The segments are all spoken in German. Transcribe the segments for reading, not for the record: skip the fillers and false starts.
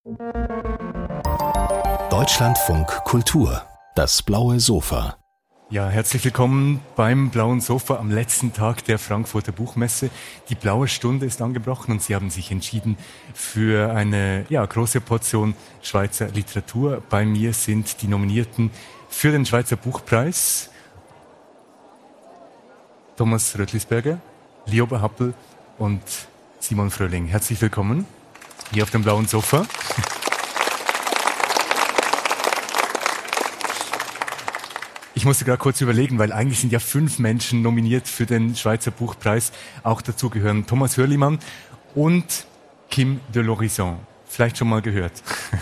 Deutschlandfunk Kultur, das blaue Sofa. Ja, herzlich willkommen beim Blauen Sofa am letzten Tag der Frankfurter Buchmesse. Die blaue Stunde ist angebrochen und Sie haben sich entschieden für eine große Portion Schweizer Literatur. Bei mir sind die Nominierten für den Schweizer Buchpreis Thomas Röttlisberger, Lioba Happel und Simon Fröhling. Herzlich willkommen hier auf dem Blauen Sofa. Ich musste gerade kurz überlegen, weil eigentlich sind ja 5 Menschen nominiert für den Schweizer Buchpreis. Auch dazu gehören Thomas Hörlimann und Kim de l'Horizon. Vielleicht schon mal gehört.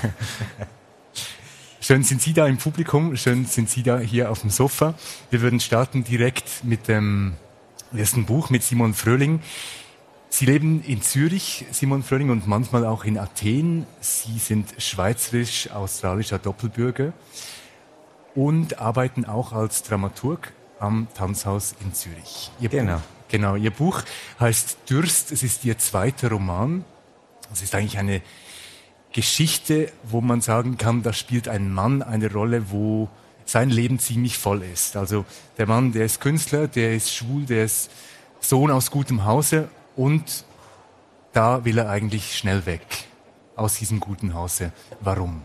Schön sind Sie da im Publikum, schön sind Sie da hier auf dem Sofa. Wir würden starten direkt mit dem ersten Buch, mit Simon Fröhling. Sie leben in Zürich, Simon Fröhling, und manchmal auch in Athen. Sie sind schweizerisch-australischer Doppelbürger und arbeiten auch als Dramaturg am Tanzhaus in Zürich. Ihr Buch heißt Durst, es ist Ihr zweiter Roman. Es ist eigentlich eine Geschichte, wo man sagen kann, da spielt ein Mann eine Rolle, wo sein Leben ziemlich voll ist. Also der Mann, der ist Künstler, der ist schwul, der ist Sohn aus gutem Hause und da will er eigentlich schnell weg aus diesem guten Hause. Warum?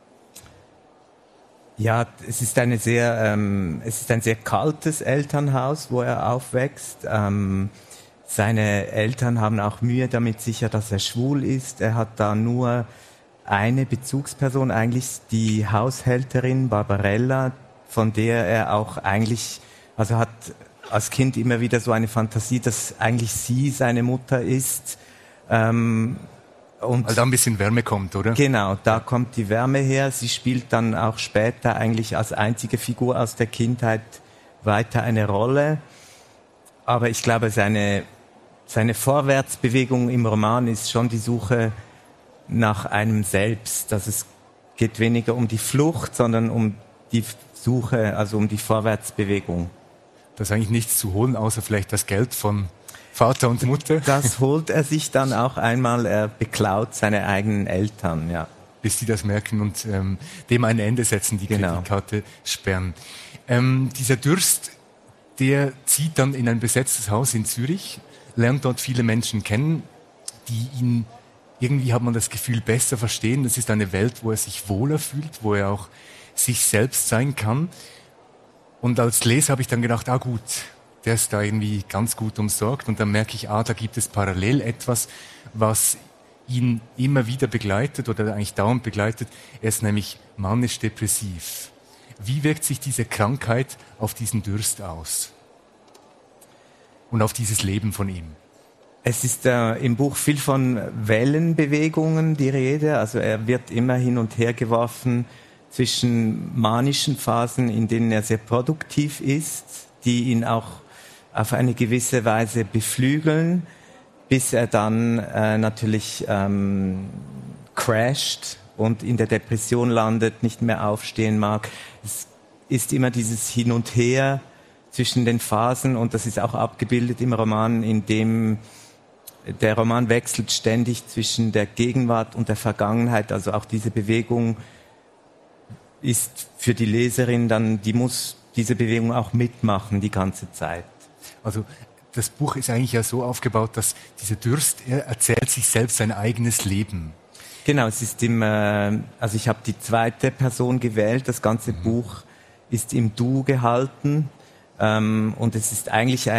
Ja, es ist ein sehr kaltes Elternhaus, wo er aufwächst. Seine Eltern haben auch Mühe damit, sicher, dass er schwul ist. Er hat da nur eine Bezugsperson, eigentlich die Haushälterin Barbarella, von der er auch eigentlich, also hat als Kind immer wieder so eine Fantasie, dass eigentlich sie seine Mutter ist. Und weil da ein bisschen Wärme kommt, oder? Genau, da kommt die Wärme her. Sie spielt dann auch später eigentlich als einzige Figur aus der Kindheit weiter eine Rolle. Aber ich glaube, seine Vorwärtsbewegung im Roman ist schon die Suche nach einem Selbst. Dass es geht weniger um die Flucht, sondern um die Suche, also um die Vorwärtsbewegung. Da ist eigentlich nichts zu holen, außer vielleicht das Geld von Vater und Mutter. Das holt er sich dann auch einmal, er beklaut seine eigenen Eltern, ja. Bis die das merken und dem ein Ende setzen, die Kreditkarte sperren. Dieser Durst, der zieht dann in ein besetztes Haus in Zürich, lernt dort viele Menschen kennen, die ihn, irgendwie hat man das Gefühl, besser verstehen. Das ist eine Welt, wo er sich wohler fühlt, wo er auch sich selbst sein kann. Und als Leser habe ich dann gedacht, gut, der ist da irgendwie ganz gut umsorgt. Und dann merke ich, da gibt es parallel etwas, was ihn immer wieder begleitet oder eigentlich dauernd begleitet. Er ist nämlich manisch-depressiv. Wie wirkt sich diese Krankheit auf diesen Durst aus? Und auf dieses Leben von ihm? Es ist im Buch viel von Wellenbewegungen die Rede. Also er wird immer hin und her geworfen zwischen manischen Phasen, in denen er sehr produktiv ist, die ihn auch auf eine gewisse Weise beflügeln, bis er dann natürlich crasht und in der Depression landet, nicht mehr aufstehen mag. Es ist immer dieses Hin und Her zwischen den Phasen und das ist auch abgebildet im Roman, in dem der Roman wechselt ständig zwischen der Gegenwart und der Vergangenheit. Also auch diese Bewegung ist für die Leserin dann, die muss diese Bewegung auch mitmachen die ganze Zeit. Also das Buch ist eigentlich ja so aufgebaut, dass dieser Durst, er erzählt sich selbst sein eigenes Leben. Genau, es ist also ich habe die zweite Person gewählt, das ganze Buch ist im Du gehalten und es ist eigentlich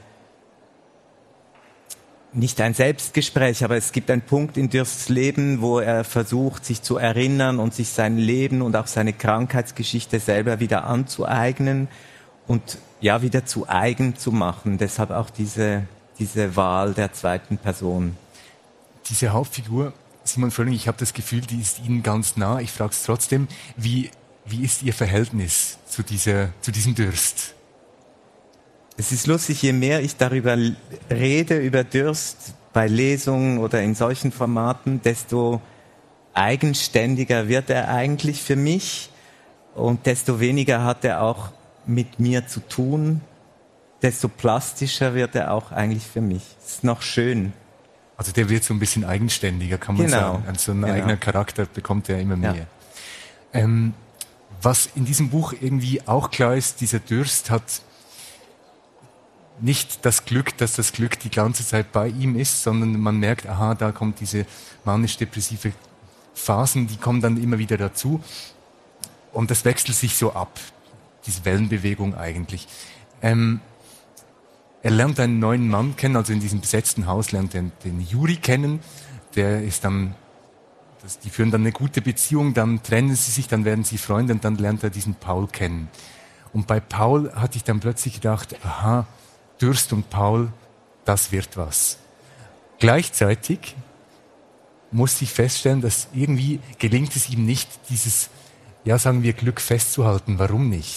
nicht ein Selbstgespräch, aber es gibt einen Punkt in Dursts Leben, wo er versucht, sich zu erinnern und sich sein Leben und auch seine Krankheitsgeschichte selber wieder anzueignen und wieder zu eigen zu machen. Deshalb auch diese Wahl der zweiten Person. Diese Hauptfigur, Simon Fröhling, ich habe das Gefühl, die ist Ihnen ganz nah. Ich frage es trotzdem, wie ist Ihr Verhältnis zu diesem Durst? Es ist lustig, je mehr ich darüber rede, über Durst, bei Lesungen oder in solchen Formaten, desto eigenständiger wird er eigentlich für mich und desto weniger hat er auch mit mir zu tun, desto plastischer wird er auch eigentlich für mich. Es ist noch schön. Also der wird so ein bisschen eigenständiger, kann man sagen. Also ein eigener Charakter bekommt er immer mehr. Ja. Was in diesem Buch irgendwie auch klar ist, dieser Durst hat nicht das Glück, dass das Glück die ganze Zeit bei ihm ist, sondern man merkt, aha, da kommt diese manisch-depressive Phasen, die kommen dann immer wieder dazu. Und das wechselt sich so ab, diese Wellenbewegung eigentlich. Er lernt einen neuen Mann kennen, also in diesem besetzten Haus lernt er den Juri kennen. Der ist dann, die führen dann eine gute Beziehung, dann trennen sie sich, dann werden sie Freunde und dann lernt er diesen Paul kennen. Und bei Paul hatte ich dann plötzlich gedacht, aha, Durst und Paul, das wird was. Gleichzeitig musste ich feststellen, dass irgendwie gelingt es ihm nicht, dieses, ja sagen wir, Glück festzuhalten. Warum nicht?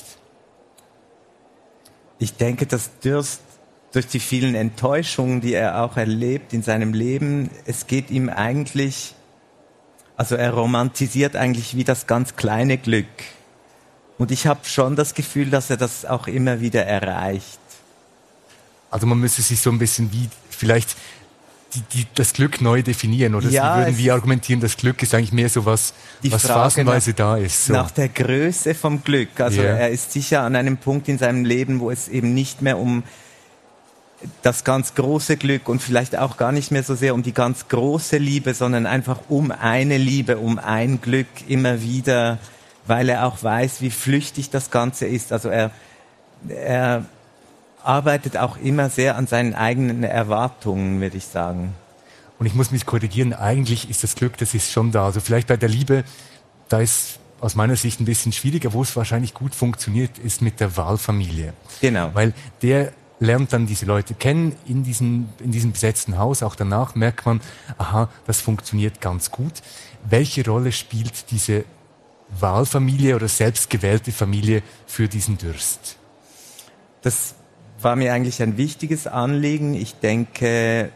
Ich denke, dass Durst durch die vielen Enttäuschungen, die er auch erlebt in seinem Leben, es geht ihm eigentlich, also er romantisiert eigentlich wie das ganz kleine Glück. Und ich habe schon das Gefühl, dass er das auch immer wieder erreicht. Also man müsste sich so ein bisschen wie vielleicht das Glück neu definieren, oder? Ja, würden wir argumentieren, das Glück ist eigentlich mehr so was phasenweise da ist. So. Nach der Größe vom Glück. Also er ist sicher an einem Punkt in seinem Leben, wo es eben nicht mehr um das ganz große Glück und vielleicht auch gar nicht mehr so sehr um die ganz große Liebe, sondern einfach um eine Liebe, um ein Glück immer wieder, weil er auch weiß, wie flüchtig das Ganze ist. Also er arbeitet auch immer sehr an seinen eigenen Erwartungen, würde ich sagen. Und ich muss mich korrigieren, eigentlich ist das Glück, das ist schon da. Also vielleicht bei der Liebe, da ist aus meiner Sicht ein bisschen schwieriger, wo es wahrscheinlich gut funktioniert, ist mit der Wahlfamilie. Genau. Weil der lernt dann diese Leute kennen in diesem besetzten Haus. Auch danach merkt man, aha, das funktioniert ganz gut. Welche Rolle spielt diese Wahlfamilie oder selbstgewählte Familie für diesen Durst? Das war mir eigentlich ein wichtiges Anliegen. Ich denke,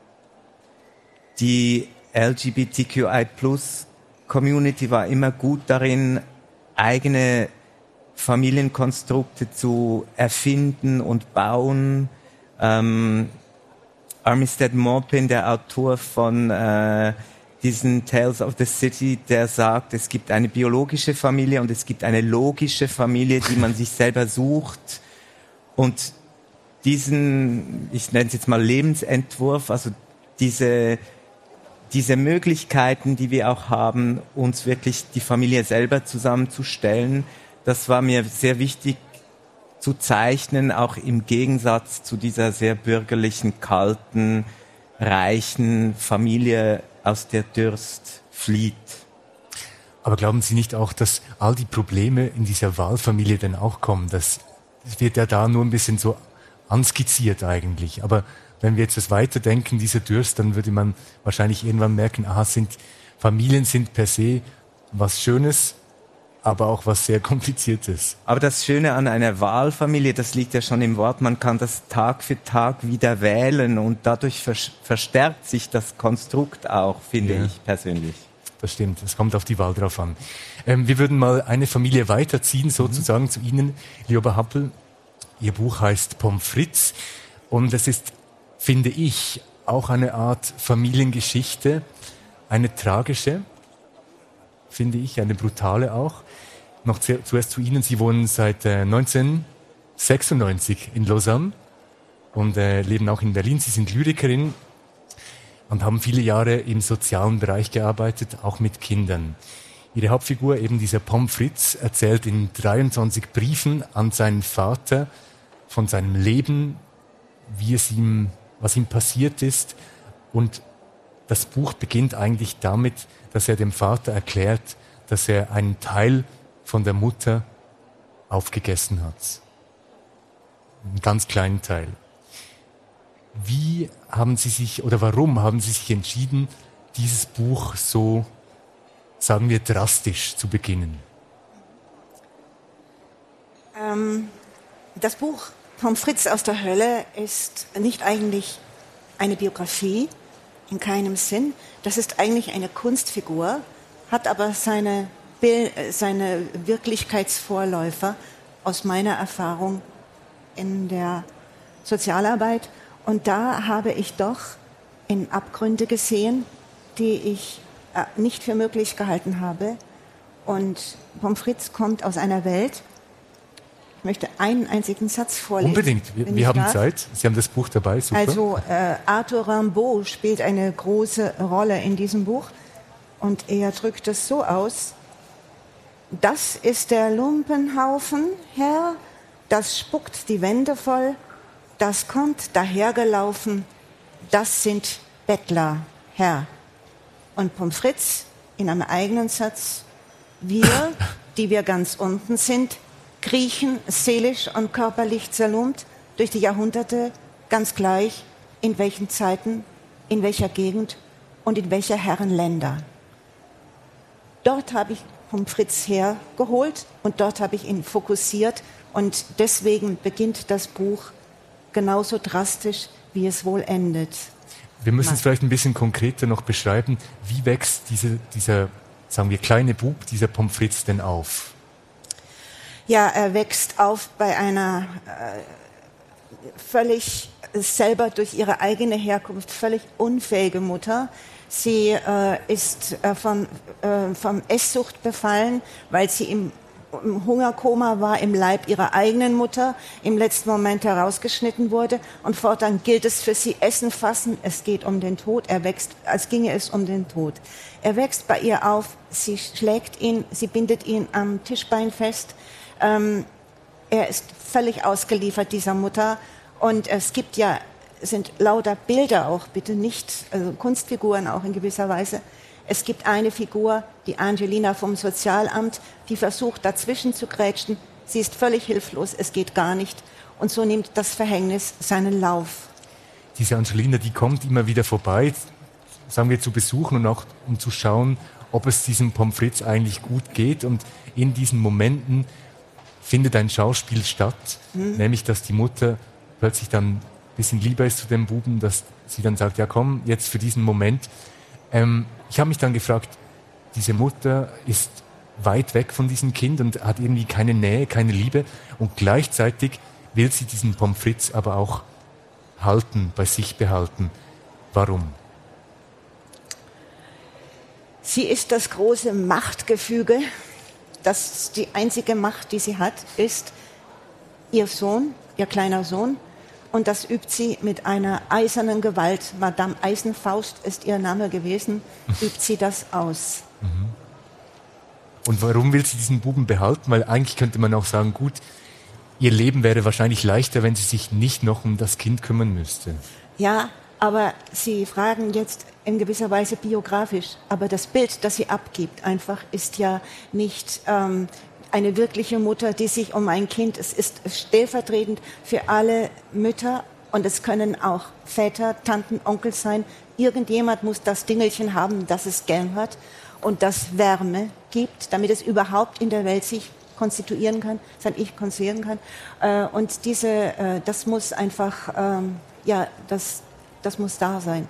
die LGBTQI+-Community war immer gut darin, eigene Familienkonstrukte zu erfinden und bauen. Armistead Maupin, der Autor von diesen Tales of the City, der sagt, es gibt eine biologische Familie und es gibt eine logische Familie, die man sich selber sucht. Und diesen, ich nenne es jetzt mal Lebensentwurf, also diese Möglichkeiten, die wir auch haben, uns wirklich die Familie selber zusammenzustellen, das war mir sehr wichtig zu zeichnen, auch im Gegensatz zu dieser sehr bürgerlichen, kalten, reichen Familie, aus der Durst flieht. Aber glauben Sie nicht auch, dass all die Probleme in dieser Wahlfamilie dann auch kommen? Das wird ja da nur ein bisschen so anskizziert eigentlich. Aber wenn wir jetzt das weiterdenken, dieser Durst, dann würde man wahrscheinlich irgendwann merken, aha, Familien sind per se was Schönes, aber auch was sehr Kompliziertes. Aber das Schöne an einer Wahlfamilie, das liegt ja schon im Wort, man kann das Tag für Tag wieder wählen und dadurch verstärkt sich das Konstrukt auch, finde ich persönlich. Das stimmt, es kommt auf die Wahl drauf an. Wir würden mal eine Familie weiterziehen, sozusagen zu Ihnen, Lioba Happel. Ihr Buch heißt Pommes frites und es ist, finde ich, auch eine Art Familiengeschichte, eine tragische, finde ich, eine brutale auch. Noch zuerst zu Ihnen, Sie wohnen seit 1996 in Lausanne und leben auch in Berlin. Sie sind Lyrikerin und haben viele Jahre im sozialen Bereich gearbeitet, auch mit Kindern. Ihre Hauptfigur, eben dieser Pommes frites, erzählt in 23 Briefen an seinen Vater von seinem Leben, was ihm passiert ist. Und das Buch beginnt eigentlich damit, dass er dem Vater erklärt, dass er einen Teil von der Mutter aufgegessen hat. Einen ganz kleinen Teil. Warum haben Sie sich entschieden, dieses Buch so, sagen wir, drastisch zu beginnen? Das Buch Pommes frites aus der Hölle ist nicht eigentlich eine Biografie, in keinem Sinn. Das ist eigentlich eine Kunstfigur, hat aber seine Wirklichkeitsvorläufer aus meiner Erfahrung in der Sozialarbeit. Und da habe ich doch in Abgründe gesehen, die ich nicht für möglich gehalten habe. Und Pommes frites kommt aus einer Welt. Ich möchte einen einzigen Satz vorlesen. Unbedingt, wir haben Zeit. Sie haben das Buch dabei, super. Also Arthur Rimbaud spielt eine große Rolle in diesem Buch. Und er drückt es so aus: Das ist der Lumpenhaufen, Herr, das spuckt die Wände voll, das kommt dahergelaufen, das sind Bettler, Herr. Und Pommes frites in einem eigenen Satz: Wir, die wir ganz unten sind, kriechen seelisch und körperlich zerlumpt durch die Jahrhunderte, ganz gleich in welchen Zeiten, in welcher Gegend und in welcher Herrenländer. Dort habe ich Pommes frites hergeholt und dort habe ich ihn fokussiert, und deswegen beginnt das Buch genauso drastisch, wie es wohl endet. Wir müssen es vielleicht ein bisschen konkreter noch beschreiben. Wie wächst dieser, sagen wir, kleine Bub, dieser Pommes frites denn auf? Ja, er wächst auf bei einer völlig selber durch ihre eigene Herkunft völlig unfähige Mutter. Sie ist vom Esssucht befallen, weil sie im Hungerkoma war im Leib ihrer eigenen Mutter, im letzten Moment herausgeschnitten wurde, und fortan gilt es für sie: Essen, fassen, es geht um den Tod. Er wächst, als ginge es um den Tod. Er wächst bei ihr auf, sie schlägt ihn, sie bindet ihn am Tischbein fest. Er ist völlig ausgeliefert dieser Mutter, und es sind lauter Bilder auch, bitte nicht, also Kunstfiguren auch in gewisser Weise. Es gibt eine Figur, die Angelina vom Sozialamt, die versucht dazwischen zu grätschen. Sie ist völlig hilflos, es geht gar nicht. Und so nimmt das Verhängnis seinen Lauf. Diese Angelina, die kommt immer wieder vorbei, sagen wir, zu besuchen und auch um zu schauen, ob es diesem Pommes frites eigentlich gut geht. Und in diesen Momenten findet ein Schauspiel statt, nämlich dass die Mutter plötzlich dann ein bisschen lieber ist zu dem Buben, dass sie dann sagt: Ja komm, jetzt für diesen Moment. Ich habe mich dann gefragt, diese Mutter ist weit weg von diesem Kind und hat irgendwie keine Nähe, keine Liebe, und gleichzeitig will sie diesen Pommes frites aber auch halten, bei sich behalten. Warum? Sie ist das große Machtgefüge. Das die einzige Macht, die sie hat, ist ihr Sohn, ihr kleiner Sohn. Und das übt sie mit einer eisernen Gewalt. Madame Eisenfaust ist ihr Name gewesen, übt sie das aus. Und warum will sie diesen Buben behalten? Weil eigentlich könnte man auch sagen, gut, ihr Leben wäre wahrscheinlich leichter, wenn sie sich nicht noch um das Kind kümmern müsste. Ja, aber Sie fragen jetzt in gewisser Weise biografisch. Aber das Bild, das sie abgibt, einfach ist ja nicht eine wirkliche Mutter, die sich um ein Kind, es ist stellvertretend für alle Mütter, und es können auch Väter, Tanten, Onkel sein. Irgendjemand muss das Dingelchen haben, das es gern hat und das Wärme gibt, damit es überhaupt in der Welt sich konstituieren kann, sein Ich konstruieren kann. Und das muss einfach, das muss da sein.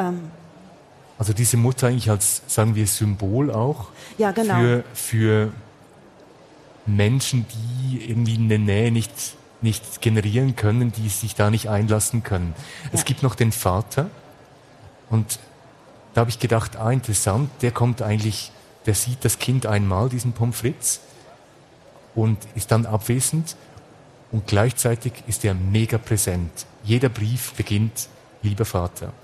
Also diese Mutter eigentlich als, sagen wir, Symbol auch, ja, genau, für Menschen, die irgendwie eine Nähe nicht generieren können, die sich da nicht einlassen können. Ja. Es gibt noch den Vater, und da habe ich gedacht, interessant, der sieht das Kind einmal, diesen Pommes frites, und ist dann abwesend, und gleichzeitig ist er mega präsent. Jeder Brief beginnt: Lieber Vater.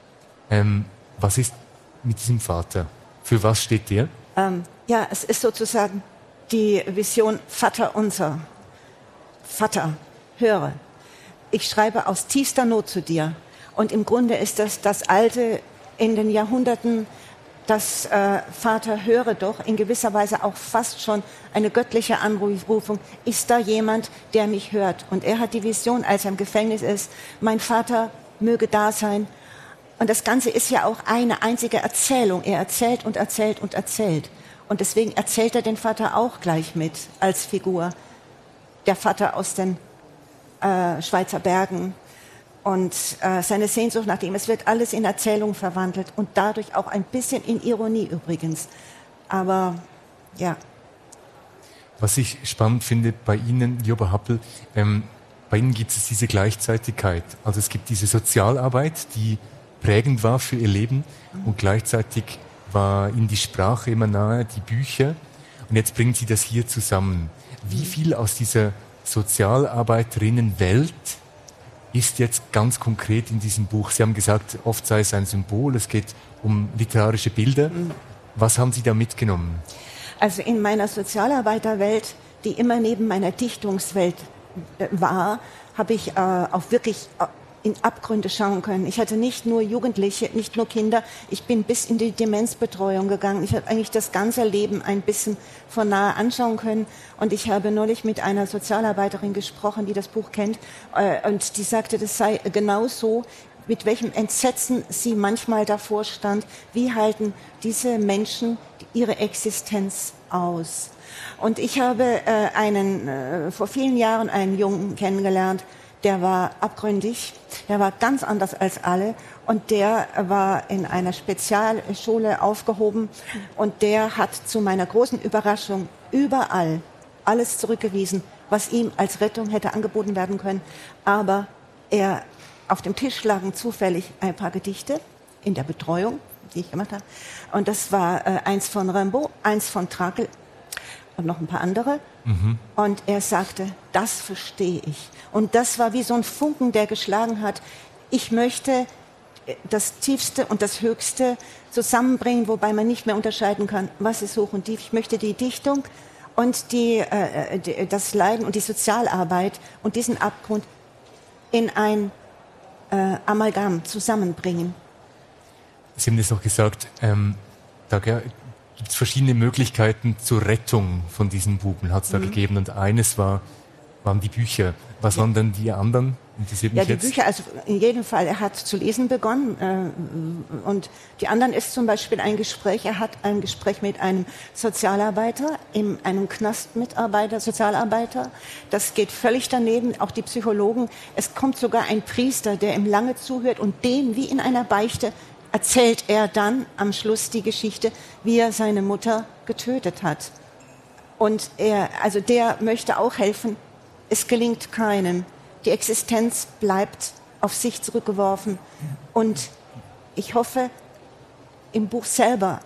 Was ist mit diesem Vater? Für was steht der? Es ist sozusagen die Vision Vater unser. Vater, höre, ich schreibe aus tiefster Not zu dir. Und im Grunde ist das Alte in den Jahrhunderten, das Vater, höre doch, in gewisser Weise auch fast schon eine göttliche Anrufung. Ist da jemand, der mich hört? Und er hat die Vision, als er im Gefängnis ist: Mein Vater möge da sein. Und das Ganze ist ja auch eine einzige Erzählung. Er erzählt und erzählt und erzählt. Und deswegen erzählt er den Vater auch gleich mit als Figur. Der Vater aus den Schweizer Bergen und seine Sehnsucht nach ihm. Es wird alles in Erzählung verwandelt und dadurch auch ein bisschen in Ironie übrigens. Aber ja. Was ich spannend finde bei Ihnen, Lioba Happel, bei Ihnen gibt es diese Gleichzeitigkeit. Also es gibt diese Sozialarbeit, die prägend war für ihr Leben und gleichzeitig war ihnen die Sprache immer nahe, die Bücher. Und jetzt bringen Sie das hier zusammen. Wie viel aus dieser Sozialarbeiterinnenwelt ist jetzt ganz konkret in diesem Buch? Sie haben gesagt, oft sei es ein Symbol, es geht um literarische Bilder. Was haben Sie da mitgenommen? Also in meiner Sozialarbeiterwelt, die immer neben meiner Dichtungswelt war, habe ich auch wirklich in Abgründe schauen können. Ich hatte nicht nur Jugendliche, nicht nur Kinder, ich bin bis in die Demenzbetreuung gegangen. Ich habe eigentlich das ganze Leben ein bisschen von nahe anschauen können. Und ich habe neulich mit einer Sozialarbeiterin gesprochen, die das Buch kennt, und die sagte, das sei genau so, mit welchem Entsetzen sie manchmal davor stand. Wie halten diese Menschen ihre Existenz aus? Und ich habe vor vielen Jahren einen Jungen kennengelernt, der war abgründig, der war ganz anders als alle und der war in einer Spezialschule aufgehoben und der hat zu meiner großen Überraschung überall alles zurückgewiesen, was ihm als Rettung hätte angeboten werden können. Aber auf dem Tisch lagen zufällig ein paar Gedichte in der Betreuung, die ich gemacht habe. Und das war eins von Rimbaud, eins von Trakel und noch ein paar andere. Und er sagte, das verstehe ich. Und das war wie so ein Funken, der geschlagen hat. Ich möchte das Tiefste und das Höchste zusammenbringen, wobei man nicht mehr unterscheiden kann, was ist hoch und tief. Ich möchte die Dichtung und das Leiden und die Sozialarbeit und diesen Abgrund in ein Amalgam zusammenbringen. Sie haben das noch gesagt, da gibt es verschiedene Möglichkeiten zur Rettung von diesen Buben, hat es da gegeben. Und eines waren die Bücher. Was waren denn die anderen? Interessiert mich jetzt. Bücher, also in jedem Fall, er hat zu lesen begonnen. Und die anderen ist zum Beispiel ein Gespräch. Er hat ein Gespräch mit einem Sozialarbeiter, einem Knastmitarbeiter, Sozialarbeiter. Das geht völlig daneben, auch die Psychologen. Es kommt sogar ein Priester, der ihm lange zuhört und dem, wie in einer Beichte, erzählt er dann am Schluss die Geschichte, wie er seine Mutter getötet hat. Und der möchte auch helfen. Es gelingt keinem. Die Existenz bleibt auf sich zurückgeworfen. Und ich hoffe, im Buch selber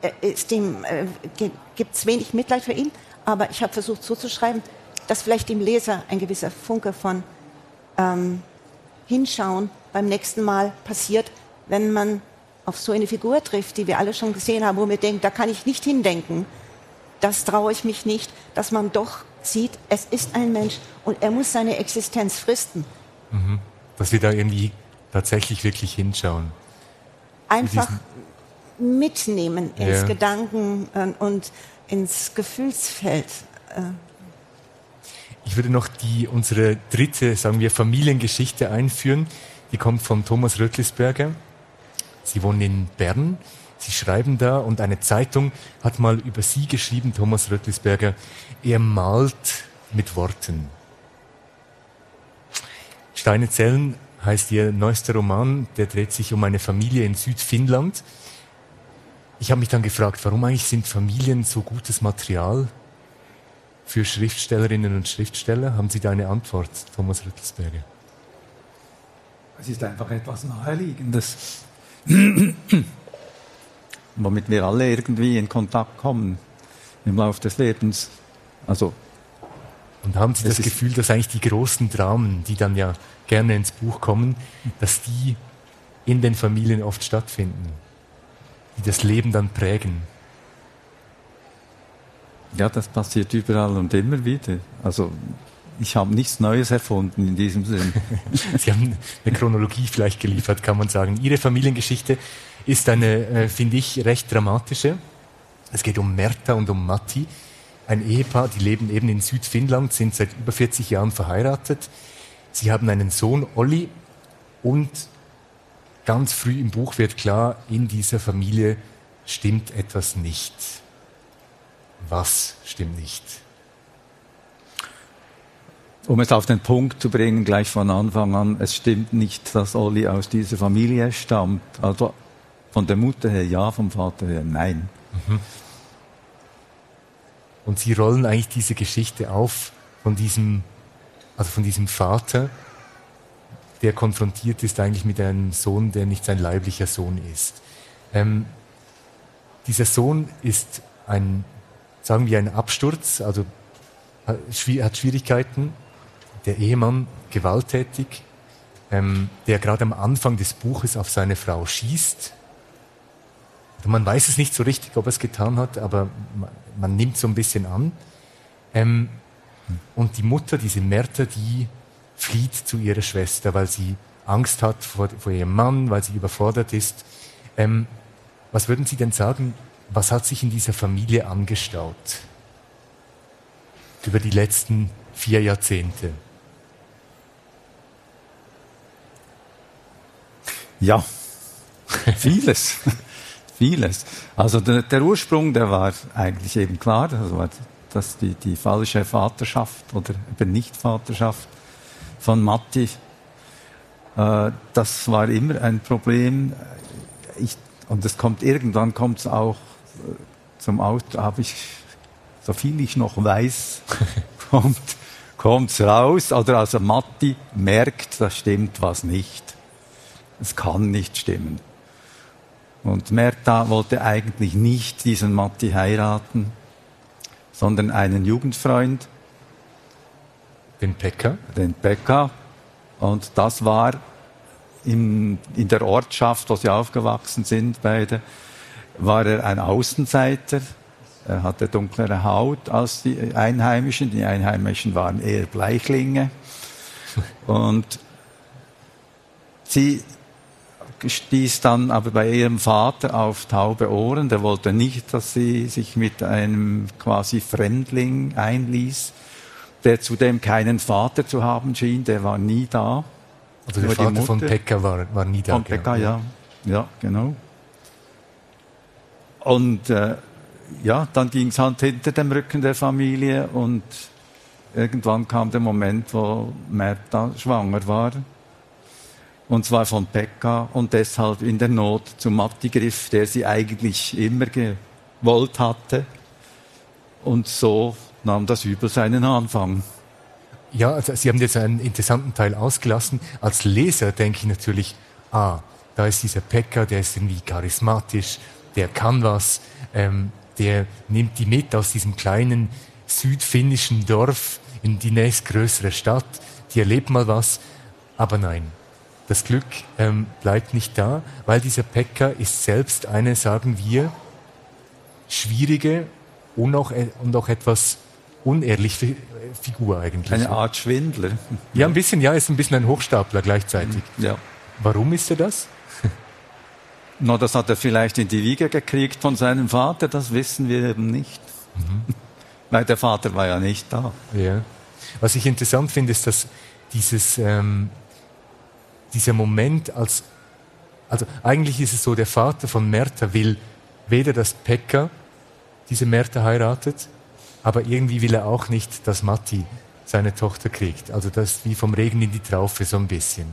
gibt es wenig Mitleid für ihn, aber ich habe versucht so zu schreiben, dass vielleicht dem Leser ein gewisser Funke von Hinschauen beim nächsten Mal passiert, wenn man auf so eine Figur trifft, die wir alle schon gesehen haben, wo wir denken, da kann ich nicht hindenken, das traue ich mich nicht, dass man doch sieht, es ist ein Mensch und er muss seine Existenz fristen. Dass wir da irgendwie tatsächlich wirklich hinschauen. Einfach mitnehmen ins Gedanken und ins Gefühlsfeld. Ich würde noch unsere dritte, sagen wir, Familiengeschichte einführen. Die kommt von Thomas Rötlisberger. Sie wohnen in Bern. Sie schreiben da und eine Zeitung hat mal über Sie geschrieben, Thomas Rötlisberger, er malt mit Worten. Steine Zellen heißt Ihr neuester Roman, der dreht sich um eine Familie in Südfinnland. Ich habe mich dann gefragt, warum eigentlich sind Familien so gutes Material für Schriftstellerinnen und Schriftsteller? Haben Sie da eine Antwort, Thomas Rötlisberger? Es ist einfach etwas Naheliegendes, womit wir alle irgendwie in Kontakt kommen im Laufe des Lebens. Und haben Sie das Gefühl, dass eigentlich die großen Dramen, die dann ja gerne ins Buch kommen, dass die in den Familien oft stattfinden, die das Leben dann prägen? Ja, das passiert überall und immer wieder. Ich habe nichts Neues erfunden in diesem Sinn. Sie haben eine Chronologie vielleicht geliefert, kann man sagen. Ihre Familiengeschichte ist eine, finde ich, recht dramatische. Es geht um Märta und um Matti, ein Ehepaar, die leben eben in Südfinnland, sind seit über 40 Jahren verheiratet. Sie haben einen Sohn, Olli, und ganz früh im Buch wird klar, in dieser Familie stimmt etwas nicht. Was stimmt nicht? Um es auf den Punkt zu bringen, gleich von Anfang an, es stimmt nicht, dass Olli aus dieser Familie stammt. Also von der Mutter her ja, vom Vater her nein. Und Sie rollen eigentlich diese Geschichte auf von diesem Vater, der konfrontiert ist eigentlich mit einem Sohn, der nicht sein leiblicher Sohn ist. Dieser Sohn ist sagen wir, ein Absturz, also hat Schwierigkeiten. Der Ehemann gewalttätig, der gerade am Anfang des Buches auf seine Frau schießt. Man weiß es nicht so richtig, ob er es getan hat, aber man nimmt so ein bisschen an. Und die Mutter, diese Märta, die flieht zu ihrer Schwester, weil sie Angst hat vor ihrem Mann, weil sie überfordert ist. Was würden Sie denn sagen, was hat sich in dieser Familie angestaut über die letzten 4 Jahrzehnte? Ja, vieles. Vieles. Also der Ursprung, der war eigentlich eben klar, also dass die falsche Vaterschaft oder eben Nicht-Vaterschaft von Matti, das war immer ein Problem. Und irgendwann kommt es auch zum Ausdruck, so viel ich noch weiß, kommt's raus. Oder also Matti merkt, da stimmt was nicht. Es kann nicht stimmen. Und Märta wollte eigentlich nicht diesen Matti heiraten, sondern einen Jugendfreund. Den Pekka. Und das war in der Ortschaft, wo sie aufgewachsen sind, beide, war er ein Außenseiter. Er hatte dunklere Haut als die Einheimischen. Die Einheimischen waren eher Bleichlinge. Und sie stieß dann aber bei ihrem Vater auf taube Ohren. Der wollte nicht, dass sie sich mit einem quasi Fremdling einließ, der zudem keinen Vater zu haben schien. Der war nie da. Also der Vater von Pekka war nie da. Von Pekka, ja. Ja, genau. Und dann ging es halt hinter dem Rücken der Familie und irgendwann kam der Moment, wo Märta schwanger war. Und zwar von Pekka und deshalb in der Not zu Matti griff, der sie eigentlich immer gewollt hatte. Und so nahm das Übel seinen Anfang. Ja, also Sie haben jetzt einen interessanten Teil ausgelassen. Als Leser denke ich natürlich, da ist dieser Pekka, der ist irgendwie charismatisch, der kann was, der nimmt die mit aus diesem kleinen südfinnischen Dorf in die nächstgrößere Stadt, die erlebt mal was, aber nein. Das Glück bleibt nicht da, weil dieser Pekka ist selbst eine, sagen wir, schwierige und auch etwas unehrliche Figur eigentlich. Eine Art Schwindler. Ja, ein bisschen, ist ein bisschen ein Hochstapler gleichzeitig. Ja. Warum ist er das? Das hat er vielleicht in die Wiege gekriegt von seinem Vater, das wissen wir eben nicht. Weil der Vater war ja nicht da. Ja. Was ich interessant finde, ist, dass dieser Moment also eigentlich ist es so, der Vater von Märta will weder, dass Pekka diese Märta heiratet, aber irgendwie will er auch nicht, dass Matti seine Tochter kriegt. Also das ist wie vom Regen in die Traufe so ein bisschen.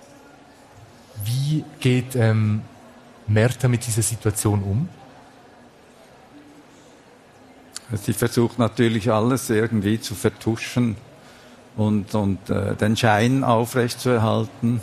Wie geht Märta mit dieser Situation um? Sie versucht natürlich alles irgendwie zu vertuschen und den Schein aufrechtzuerhalten.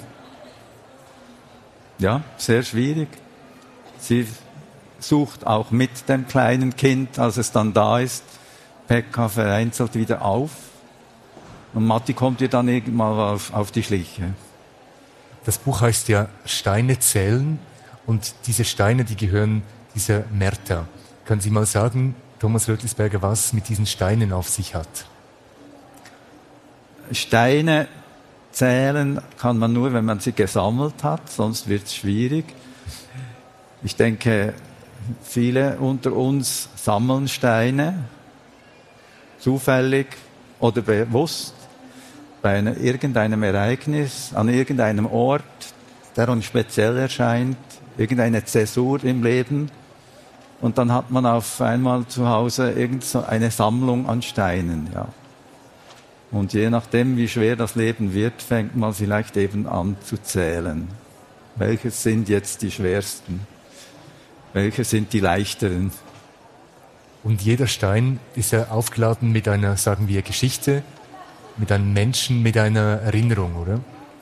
Ja, sehr schwierig. Sie sucht auch mit dem kleinen Kind, als es dann da ist, Pekka vereinzelt wieder auf. Und Matti kommt ihr dann irgendwann auf die Schliche. Das Buch heißt ja Steine zählen und diese Steine, die gehören dieser Märta. Können Sie mal sagen, Thomas Rötlisberger, was es mit diesen Steinen auf sich hat? Steine zählen kann man nur, wenn man sie gesammelt hat, sonst wird es schwierig. Ich denke, viele unter uns sammeln Steine, zufällig oder bewusst, bei irgendeinem Ereignis, an irgendeinem Ort, der uns speziell erscheint, irgendeine Zäsur im Leben. Und dann hat man auf einmal zu Hause eine Sammlung an Steinen, ja. Und je nachdem, wie schwer das Leben wird, fängt man vielleicht eben an zu zählen. Welche sind jetzt die schwersten? Welche sind die leichteren? Und jeder Stein ist ja aufgeladen mit einer, sagen wir, Geschichte, mit einem Menschen, mit einer Erinnerung, oder?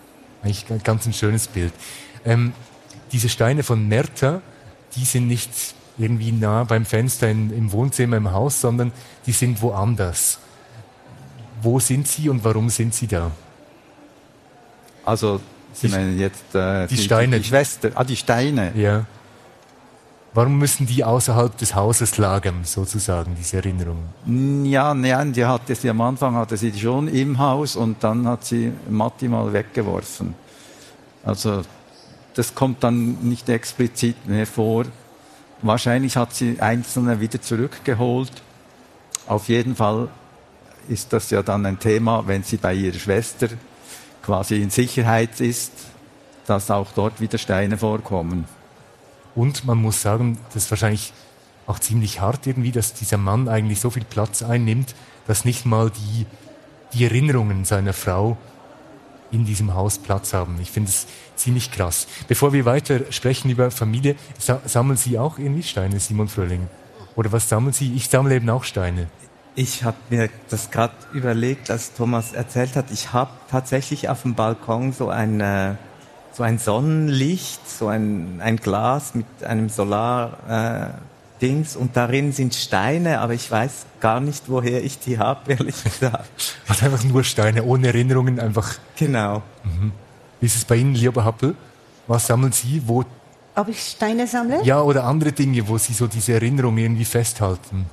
Eigentlich ganz ein schönes Bild. Diese Steine von Merta, die sind nicht irgendwie nah beim Fenster im Wohnzimmer im Haus, sondern die sind woanders. Wo sind sie und warum sind sie da? Also, Sie meinen jetzt die Steine. Die Schwester. Die Steine. Ja. Warum müssen die außerhalb des Hauses lagern, sozusagen, diese Erinnerungen? Ja, nein, am Anfang hatte sie schon im Haus und dann hat sie Matti mal weggeworfen. Also, das kommt dann nicht explizit mehr vor. Wahrscheinlich hat sie einzelne wieder zurückgeholt. Auf jeden Fall ist das ja dann ein Thema, wenn sie bei ihrer Schwester quasi in Sicherheit ist, dass auch dort wieder Steine vorkommen. Und man muss sagen, das ist wahrscheinlich auch ziemlich hart irgendwie, dass dieser Mann eigentlich so viel Platz einnimmt, dass nicht mal die Erinnerungen seiner Frau in diesem Haus Platz haben. Ich finde es ziemlich krass. Bevor wir weiter sprechen über Familie, sammeln Sie auch irgendwie Steine, Simon Fröhling? Oder was sammeln Sie? Ich sammle eben auch Steine. Ich habe mir das gerade überlegt, als Thomas erzählt hat. Ich habe tatsächlich auf dem Balkon so ein Sonnenlicht, so ein Glas mit einem Solar-Dings und darin sind Steine, aber ich weiß gar nicht, woher ich die habe, ehrlich gesagt. Also einfach nur Steine, ohne Erinnerungen, einfach... Genau. Mhm. Wie ist es bei Ihnen, lieber Happel? Was sammeln Sie? Ob ich Steine sammle? Ja, oder andere Dinge, wo Sie so diese Erinnerungen irgendwie festhalten.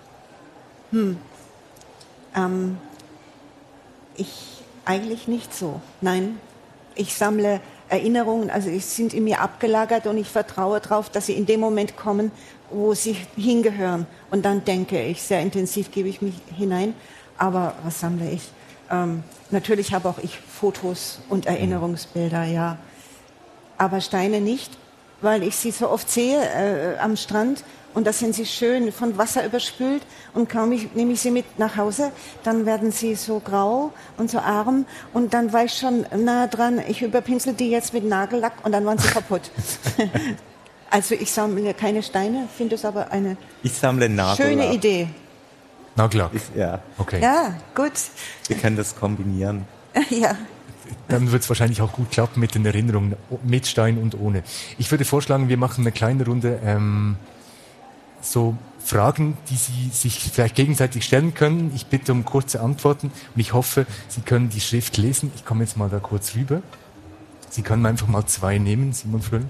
Ich eigentlich nicht so. Nein, ich sammle Erinnerungen, also sie sind in mir abgelagert und ich vertraue darauf, dass sie in dem Moment kommen, wo sie hingehören. Und dann denke ich, sehr intensiv gebe ich mich hinein. Aber was sammle ich? Natürlich habe auch ich Fotos und Erinnerungsbilder, ja. Aber Steine nicht, weil ich sie so oft sehe am Strand. Und da sind sie schön von Wasser überspült und kaum nehme ich sie mit nach Hause, dann werden sie so grau und so arm und dann war ich schon nah dran, ich überpinsel die jetzt mit Nagellack und dann waren sie kaputt. Also ich sammle keine Steine, finde es aber eine schöne Idee. Nagellack? Ja. Okay. Ja, gut. Wir können das kombinieren. Ja. Dann wird es wahrscheinlich auch gut klappen mit den Erinnerungen, mit Stein und ohne. Ich würde vorschlagen, wir machen eine kleine Runde so Fragen, die Sie sich vielleicht gegenseitig stellen können. Ich bitte um kurze Antworten und ich hoffe, Sie können die Schrift lesen. Ich komme jetzt mal da kurz rüber. Sie können einfach mal 2 nehmen, Simon Fröhling.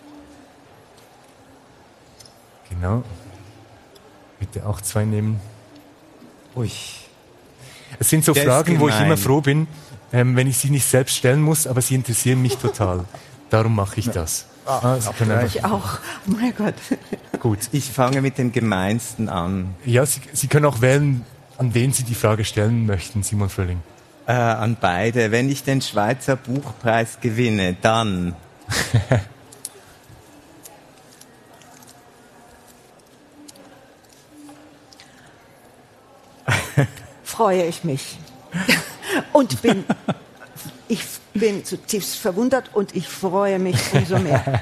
Genau. Bitte auch 2 nehmen. Ui. Es sind so Fragen, wo ich immer froh bin, wenn ich sie nicht selbst stellen muss, aber sie interessieren mich total. Darum mache ich das. Ich auch. Oh mein Gott. Gut. Ich fange mit dem Gemeinsten an. Ja, Sie können auch wählen, an wen Sie die Frage stellen möchten, Simon Fröhling. An beide. Wenn ich den Schweizer Buchpreis gewinne, dann... Freue ich mich. Und ich bin zutiefst verwundert und ich freue mich umso mehr.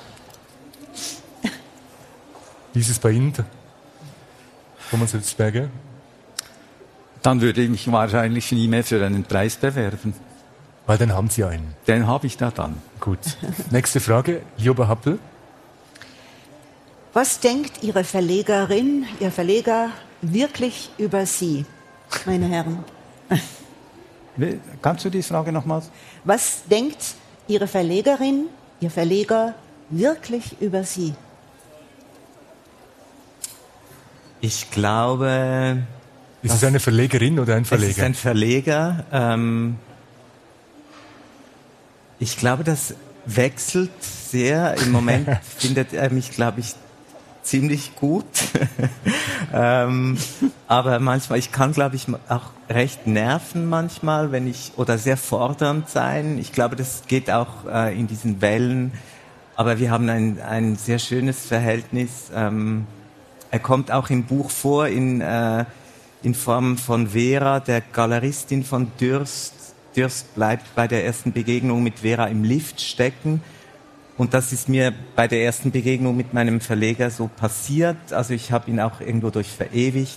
Wie ist es bei Ihnen, Thomas Hitzberger? Dann würde ich mich wahrscheinlich nie mehr für einen Preis bewerben. Weil dann haben Sie einen. Den habe ich da dann. Gut. Nächste Frage, Lioba Happel. Was denkt Ihre Verlegerin, Ihr Verleger wirklich über Sie, meine Herren? Kannst du die Frage nochmals? Was denkt Ihre Verlegerin, Ihr Verleger wirklich über Sie? Ich glaube... Ist es eine Verlegerin oder ein Verleger? Es ist ein Verleger. Ich glaube, das wechselt sehr. Im Moment findet er mich, glaube ich, ziemlich gut. Aber manchmal, ich kann, glaube ich, auch recht nerven manchmal, oder sehr fordernd sein. Ich glaube, das geht auch in diesen Wellen. Aber wir haben ein sehr schönes Verhältnis. Er kommt auch im Buch vor in Form von Vera, der Galeristin von Dürst. Dürst bleibt bei der ersten Begegnung mit Vera im Lift stecken. Und das ist mir bei der ersten Begegnung mit meinem Verleger so passiert. Also ich habe ihn auch irgendwo durch verewigt.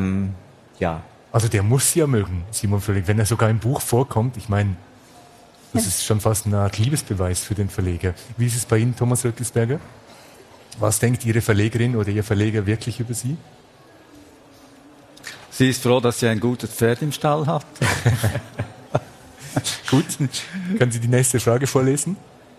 Ja. Also der muss Sie ja mögen, Simon Fröhling, wenn er sogar im Buch vorkommt. Ich meine... Das ist schon fast eine Art Liebesbeweis für den Verleger. Wie ist es bei Ihnen, Thomas Röttlisberger? Was denkt Ihre Verlegerin oder Ihr Verleger wirklich über Sie? Sie ist froh, dass sie ein gutes Pferd im Stall hat. Gut, können Sie die nächste Frage vorlesen?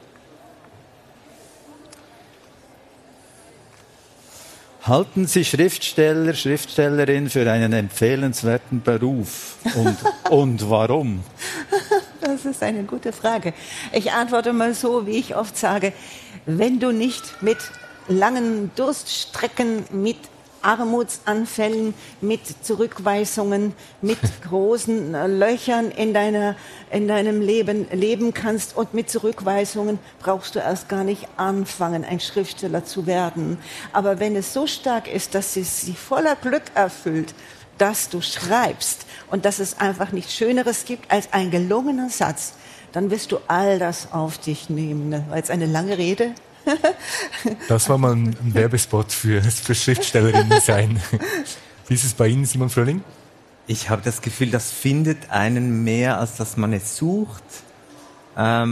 Halten Sie Schriftsteller, Schriftstellerin für einen empfehlenswerten Beruf? Und warum? Das ist eine gute Frage. Ich antworte mal so, wie ich oft sage, wenn du nicht mit langen Durststrecken, mit Armutsanfällen, mit Zurückweisungen, mit großen Löchern in deinem Leben leben kannst und mit Zurückweisungen brauchst du erst gar nicht anfangen, ein Schriftsteller zu werden. Aber wenn es so stark ist, dass es sie voller Glück erfüllt, dass du schreibst und dass es einfach nichts Schöneres gibt als ein gelungener Satz, dann wirst du all das auf dich nehmen. War jetzt eine lange Rede. Das war mal ein Werbespot für Schriftstellerinnen sein. Wie ist es bei Ihnen, Simon Fröhling? Ich habe das Gefühl, das findet einen mehr, als dass man es sucht. Ja,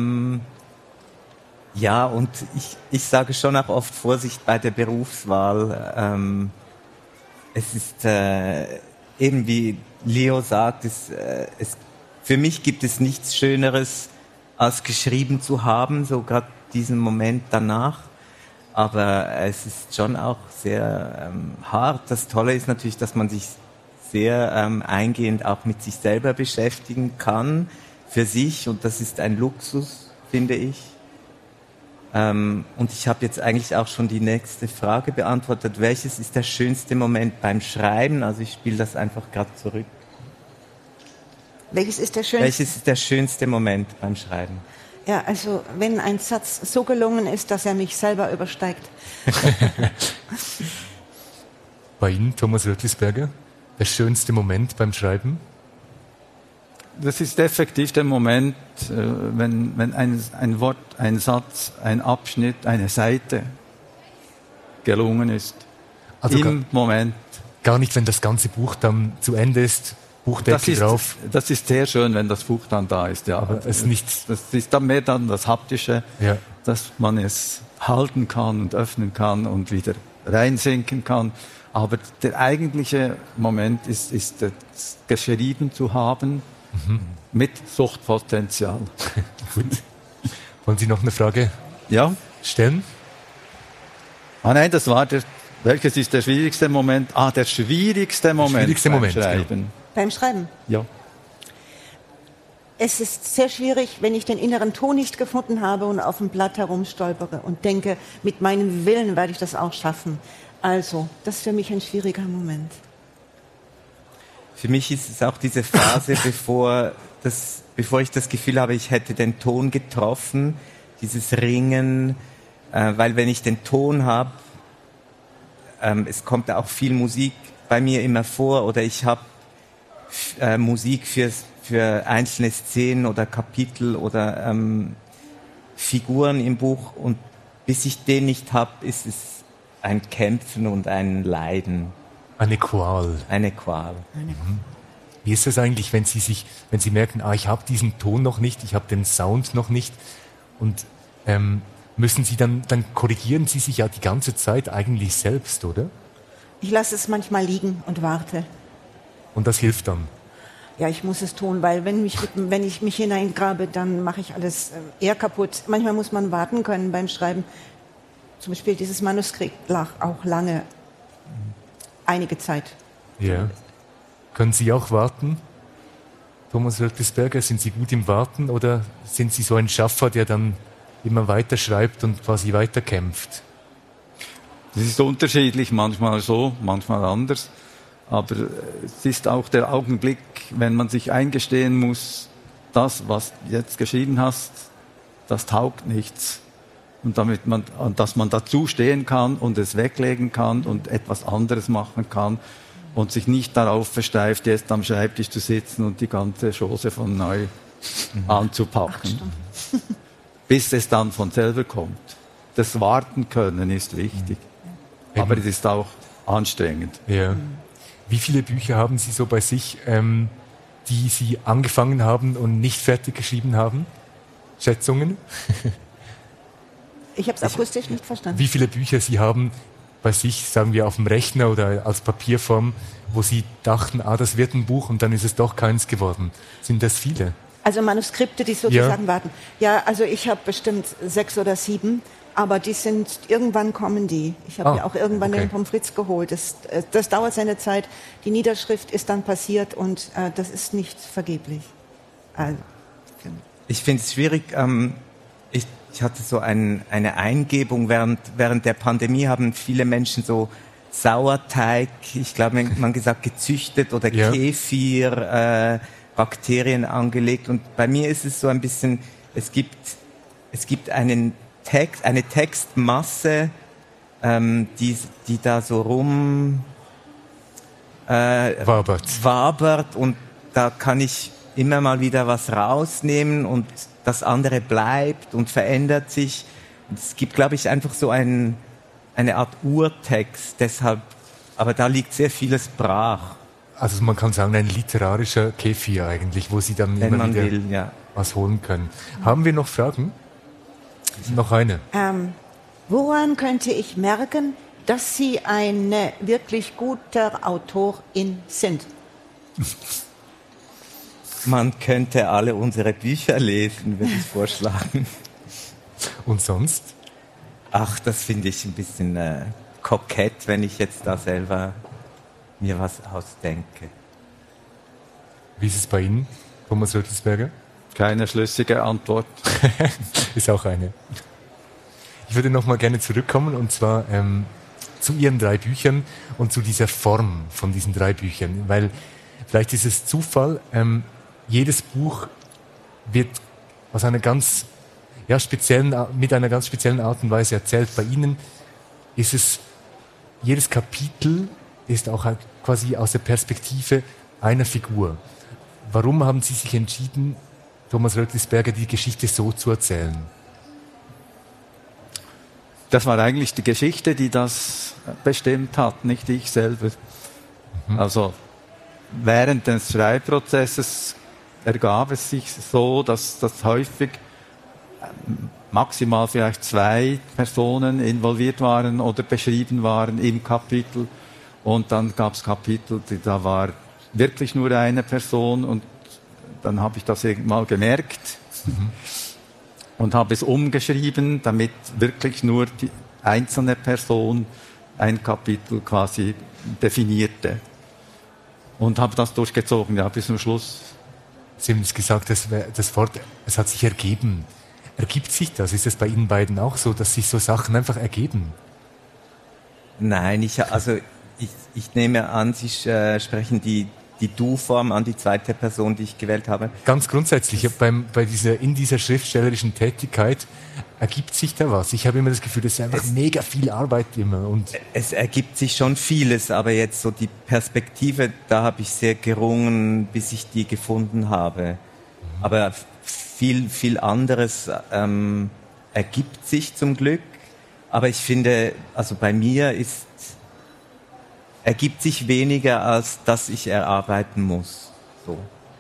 und ich sage schon auch oft Vorsicht bei der Berufswahl. Es ist eben wie Leo sagt, für mich gibt es nichts Schöneres, als geschrieben zu haben, so gerade diesen Moment danach. Aber es ist schon auch sehr hart. Das Tolle ist natürlich, dass man sich sehr eingehend auch mit sich selber beschäftigen kann, für sich. Und das ist ein Luxus, finde ich. Und ich habe jetzt eigentlich auch schon die nächste Frage beantwortet. Welches ist der schönste Moment beim Schreiben? Also ich spiele das einfach gerade zurück. Welches ist der schönste Moment beim Schreiben? Ja, also wenn ein Satz so gelungen ist, dass er mich selber übersteigt. Bei Ihnen, Thomas Röttlisberger, der schönste Moment beim Schreiben? Das ist effektiv der Moment, wenn ein Wort, ein Satz, ein Abschnitt, eine Seite gelungen ist. Also im Moment. Gar nicht, wenn das ganze Buch dann zu Ende ist, Buchdeckel drauf. Das ist sehr schön, wenn das Buch dann da ist. Ja. Aber das ist dann mehr dann das Haptische, ja, dass man es halten kann und öffnen kann und wieder reinsinken kann. Aber der eigentliche Moment ist es geschrieben zu haben, mit Suchtpotenzial. Gut. Wollen Sie noch eine Frage stellen? Nein, das war welches ist der schwierigste Moment? Der schwierigste Moment beim Schreiben. Ja. Beim Schreiben? Ja. Es ist sehr schwierig, wenn ich den inneren Ton nicht gefunden habe und auf dem Blatt herumstolpere und denke, mit meinem Willen werde ich das auch schaffen. Also, das ist für mich ein schwieriger Moment. Für mich ist es auch diese Phase, bevor ich das Gefühl habe, ich hätte den Ton getroffen, dieses Ringen, weil wenn ich den Ton habe, es kommt auch viel Musik bei mir immer vor oder ich habe Musik für einzelne Szenen oder Kapitel oder Figuren im Buch und bis ich den nicht habe, ist es ein Kämpfen und ein Leiden. Eine Qual. Eine Qual. Wie ist das eigentlich, wenn Sie merken, ich habe diesen Ton noch nicht, ich habe den Sound noch nicht und müssen Sie dann korrigieren Sie sich ja die ganze Zeit eigentlich selbst, oder? Ich lasse es manchmal liegen und warte. Und das hilft dann? Ja, ich muss es tun, weil wenn ich mich hineingrabe, dann mache ich alles eher kaputt. Manchmal muss man warten können beim Schreiben. Zum Beispiel dieses Manuskript lag auch lange, einige Zeit. Ja. Können Sie auch warten? Thomas Röttlisberger, sind Sie gut im Warten oder sind Sie so ein Schaffer, der dann immer weiter schreibt und quasi weiter kämpft? Das ist unterschiedlich, manchmal so, manchmal anders. Aber es ist auch der Augenblick, wenn man sich eingestehen muss, das, was du jetzt geschrieben hast, das taugt nichts. Und dass man dazu stehen kann und es weglegen kann und etwas anderes machen kann und sich nicht darauf versteift, jetzt am Schreibtisch zu sitzen und die ganze Chose von neu anzupacken. Bis es dann von selber kommt. Das Warten können ist wichtig. Aber es ist auch anstrengend. Ja. Wie viele Bücher haben Sie so bei sich, die Sie angefangen haben und nicht fertig geschrieben haben? Schätzungen? Ich habe es akustisch nicht verstanden. Wie viele Bücher Sie haben bei sich, sagen wir, auf dem Rechner oder als Papierform, wo Sie dachten, das wird ein Buch und dann ist es doch keins geworden. Sind das viele? Also Manuskripte, die sozusagen warten. Ja, also ich habe bestimmt 6 oder 7, aber die sind, irgendwann kommen die. Ich habe ja auch irgendwann den Pommes frites geholt. Das dauert seine Zeit. Die Niederschrift ist dann passiert und das ist nicht vergeblich. Also, ich finde es schwierig. Ich hatte so eine Eingebung während der Pandemie haben viele Menschen so Sauerteig, ich glaube, man gesagt gezüchtet oder Kefir, Bakterien angelegt. Und bei mir ist es so ein bisschen, es gibt einen Text, eine Textmasse, die da so wabert und da kann ich immer mal wieder was rausnehmen und das andere bleibt und verändert sich. Und es gibt, glaube ich, einfach so eine Art Urtext, deshalb, aber da liegt sehr vieles brach. Also man kann sagen, ein literarischer Kefir eigentlich, wo Sie dann immer wieder was holen können. Haben wir noch Fragen? Noch eine. Woran könnte ich merken, dass Sie eine wirklich gute Autorin sind? Man könnte alle unsere Bücher lesen, würde ich vorschlagen. Und sonst? Ach, das finde ich ein bisschen kokett, wenn ich jetzt da selber mir was ausdenke. Wie ist es bei Ihnen, Thomas Röttelsberger? Keine schlüssige Antwort. Ist auch eine. Ich würde noch mal gerne zurückkommen und zwar zu Ihren 3 Büchern und zu dieser Form von diesen 3 Büchern, weil vielleicht ist es Zufall, jedes Buch wird aus einer ganz mit einer ganz speziellen Art und Weise erzählt. Bei Ihnen ist es, jedes Kapitel ist auch quasi aus der Perspektive einer Figur. Warum haben Sie sich entschieden, Thomas Röttlisberger, die Geschichte so zu erzählen? Das war eigentlich die Geschichte, die das bestimmt hat, nicht ich selber. Also während des Schreibprozesses ergab es sich so, dass das häufig maximal vielleicht 2 Personen involviert waren oder beschrieben waren im Kapitel. Und dann gab es Kapitel, da war wirklich nur eine Person und dann habe ich das mal gemerkt und habe es umgeschrieben, damit wirklich nur die einzelne Person ein Kapitel quasi definierte. Und habe das durchgezogen, bis zum Schluss. Sie haben es gesagt, das Wort, es hat sich ergeben. Ergibt sich das? Ist es bei Ihnen beiden auch so, dass sich so Sachen einfach ergeben? Nein, ich nehme an, Sie sprechen die Du-Form an, die zweite Person, die ich gewählt habe. Ganz grundsätzlich, in dieser schriftstellerischen Tätigkeit ergibt sich da was. Ich habe immer das Gefühl, das ist einfach mega viel Arbeit immer. Und es ergibt sich schon vieles, aber jetzt so die Perspektive, da habe ich sehr gerungen, bis ich die gefunden habe. Aber viel anderes ergibt sich zum Glück. Aber ich finde, also bei mir ergibt sich weniger, als dass ich erarbeiten muss. So.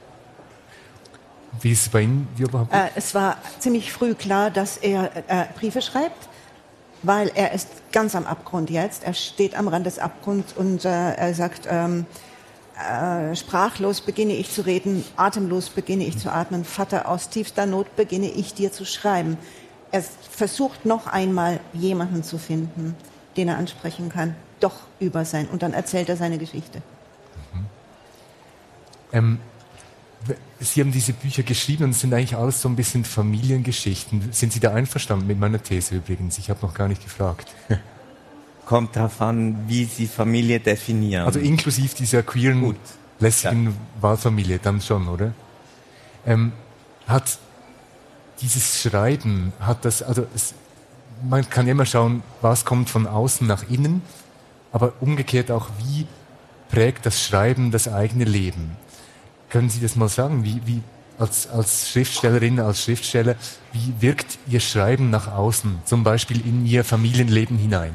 Wie ist es bei Ihnen? Es war ziemlich früh klar, dass er Briefe schreibt, weil er ist ganz am Abgrund jetzt. Er steht am Rand des Abgrunds und er sagt, sprachlos beginne ich zu reden, atemlos beginne ich zu atmen, Vater, aus tiefster Not beginne ich dir zu schreiben. Er versucht noch einmal jemanden zu finden, den er ansprechen kann, doch über sein. Und dann erzählt er seine Geschichte. Sie haben diese Bücher geschrieben und es sind eigentlich alles so ein bisschen Familiengeschichten. Sind Sie da einverstanden mit meiner These übrigens? Ich habe noch gar nicht gefragt. Kommt darauf an, wie Sie Familie definieren. Also inklusive dieser queeren, lesbigen Wahlfamilie, dann schon, oder? Hat dieses Schreiben, man kann immer schauen, was kommt von außen nach innen, aber umgekehrt auch, wie prägt das Schreiben das eigene Leben? Können Sie das mal sagen? Wie als Schriftstellerin, als Schriftsteller, wie wirkt Ihr Schreiben nach außen, zum Beispiel in Ihr Familienleben hinein?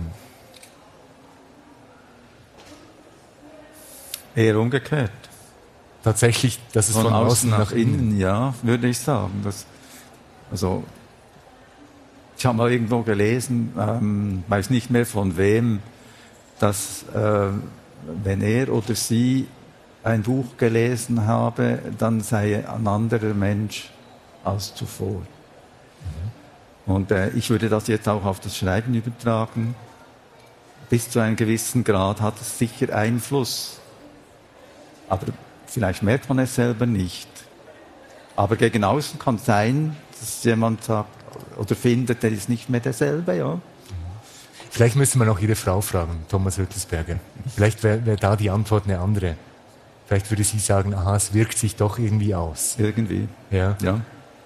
Eher umgekehrt. Tatsächlich, dass es von außen nach innen, ja, würde ich sagen. Also, ich habe mal irgendwo gelesen, weiß nicht mehr von wem, dass wenn er oder sie ein Buch gelesen habe, dann sei ein anderer Mensch als zuvor. Und ich würde das jetzt auch auf das Schreiben übertragen. Bis zu einem gewissen Grad hat es sicher Einfluss. Aber vielleicht merkt man es selber nicht. Aber gegen außen kann sein, dass jemand sagt oder findet, der ist nicht mehr derselbe, ja. Vielleicht müsste man auch Ihre Frau fragen, Thomas Röttelsberger. Vielleicht wäre da die Antwort eine andere. Vielleicht würde sie sagen, aha, es wirkt sich doch irgendwie aus. Irgendwie. Ja. Ja.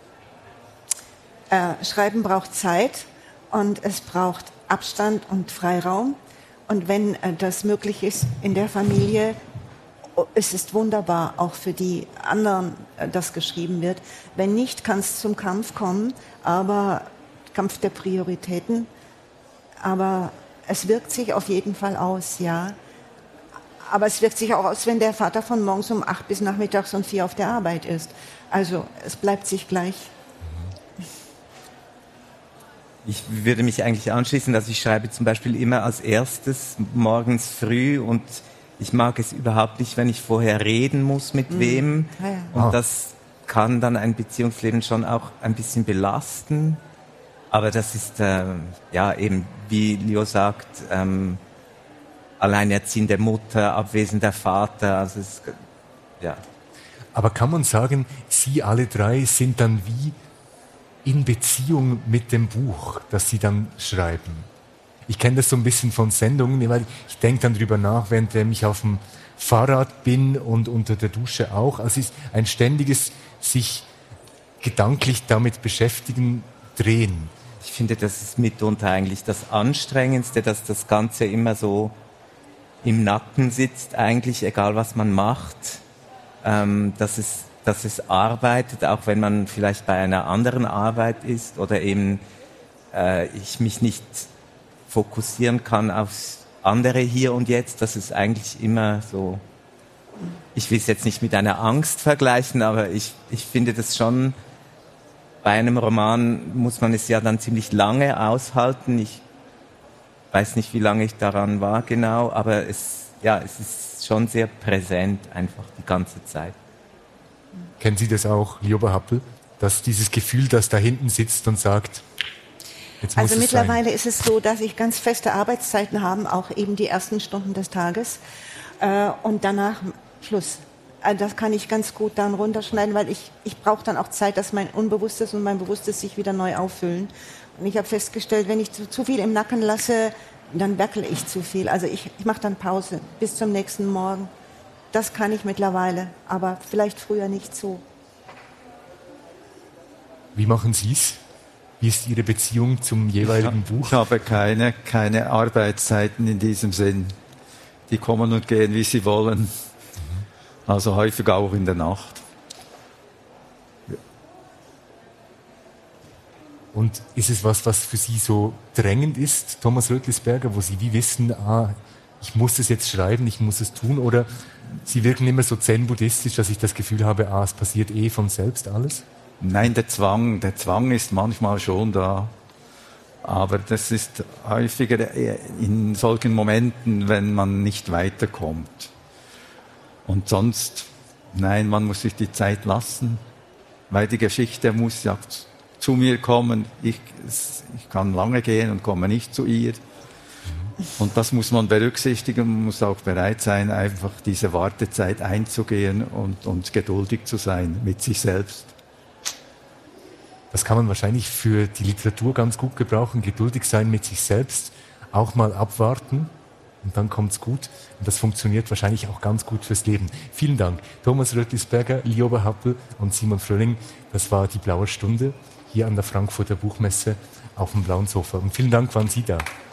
Schreiben braucht Zeit und es braucht Abstand und Freiraum. Und wenn das möglich ist in der Familie, es ist wunderbar, auch für die anderen, das geschrieben wird. Wenn nicht, kann es zum Kampf kommen, aber Kampf der Prioritäten. Aber es wirkt sich auf jeden Fall aus, ja. Aber es wirkt sich auch aus, wenn der Vater von morgens um 8 bis nachmittags um 4 auf der Arbeit ist. Also es bleibt sich gleich. Ich würde mich eigentlich anschließen, dass ich schreibe zum Beispiel immer als erstes morgens früh und ich mag es überhaupt nicht, wenn ich vorher reden muss mit wem. Ja. Und das kann dann ein Beziehungsleben schon auch ein bisschen belasten. Aber das ist, ja, eben, wie Leo sagt, alleinerziehende Mutter, abwesender Vater, also es, ja. Aber kann man sagen, Sie alle drei sind dann wie in Beziehung mit dem Buch, das Sie dann schreiben? Ich kenne das so ein bisschen von Sendungen, weil ich denke dann drüber nach, während ich auf dem Fahrrad bin und unter der Dusche auch. Also es ist ein ständiges sich gedanklich damit beschäftigen, drehen. Ich finde, das ist mitunter eigentlich das Anstrengendste, dass das Ganze immer so im Nacken sitzt, eigentlich, egal was man macht, dass es arbeitet, auch wenn man vielleicht bei einer anderen Arbeit ist oder eben ich mich nicht fokussieren kann aufs andere hier und jetzt, dass es eigentlich immer so, ich will es jetzt nicht mit einer Angst vergleichen, aber ich finde das schon, bei einem Roman muss man es ja dann ziemlich lange aushalten. Ich weiß nicht, wie lange ich daran war genau, aber es ist schon sehr präsent einfach die ganze Zeit. Kennen Sie das auch, Lioba Happel? Dass dieses Gefühl, das da hinten sitzt und sagt, jetzt muss Also es mittlerweile sein. ist es so, dass ich ganz feste Arbeitszeiten habe, auch eben die ersten Stunden des Tages und danach Schluss. Das kann ich ganz gut dann runterschneiden, weil ich brauche dann auch Zeit, dass mein Unbewusstes und mein Bewusstes sich wieder neu auffüllen. Und ich habe festgestellt, wenn ich zu viel im Nacken lasse, dann werkele ich zu viel. Also ich mache dann Pause bis zum nächsten Morgen. Das kann ich mittlerweile, aber vielleicht früher nicht so. Wie machen Sie es? Wie ist Ihre Beziehung zum jeweiligen Buch? Ich habe keine Arbeitszeiten in diesem Sinn. Die kommen und gehen, wie sie wollen. Also häufig auch in der Nacht. Und ist es was für Sie so drängend ist, Thomas Röttlisberger, wo Sie wie wissen, ich muss es jetzt schreiben, ich muss es tun, oder Sie wirken immer so zen-buddhistisch, dass ich das Gefühl habe, es passiert von selbst alles? Nein, der Zwang ist manchmal schon da. Aber das ist häufiger in solchen Momenten, wenn man nicht weiterkommt. Und sonst, nein, man muss sich die Zeit lassen, weil die Geschichte muss ja zu mir kommen. Ich kann lange gehen und komme nicht zu ihr. Und das muss man berücksichtigen, man muss auch bereit sein, einfach diese Wartezeit einzugehen und geduldig zu sein mit sich selbst. Das kann man wahrscheinlich für die Literatur ganz gut gebrauchen, geduldig sein mit sich selbst, auch mal abwarten und dann kommt's gut. Und das funktioniert wahrscheinlich auch ganz gut fürs Leben. Vielen Dank. Thomas Röttlisberger, Lioba Happel und Simon Fröhling. Das war die Blaue Stunde hier an der Frankfurter Buchmesse auf dem blauen Sofa. Und vielen Dank, waren Sie da.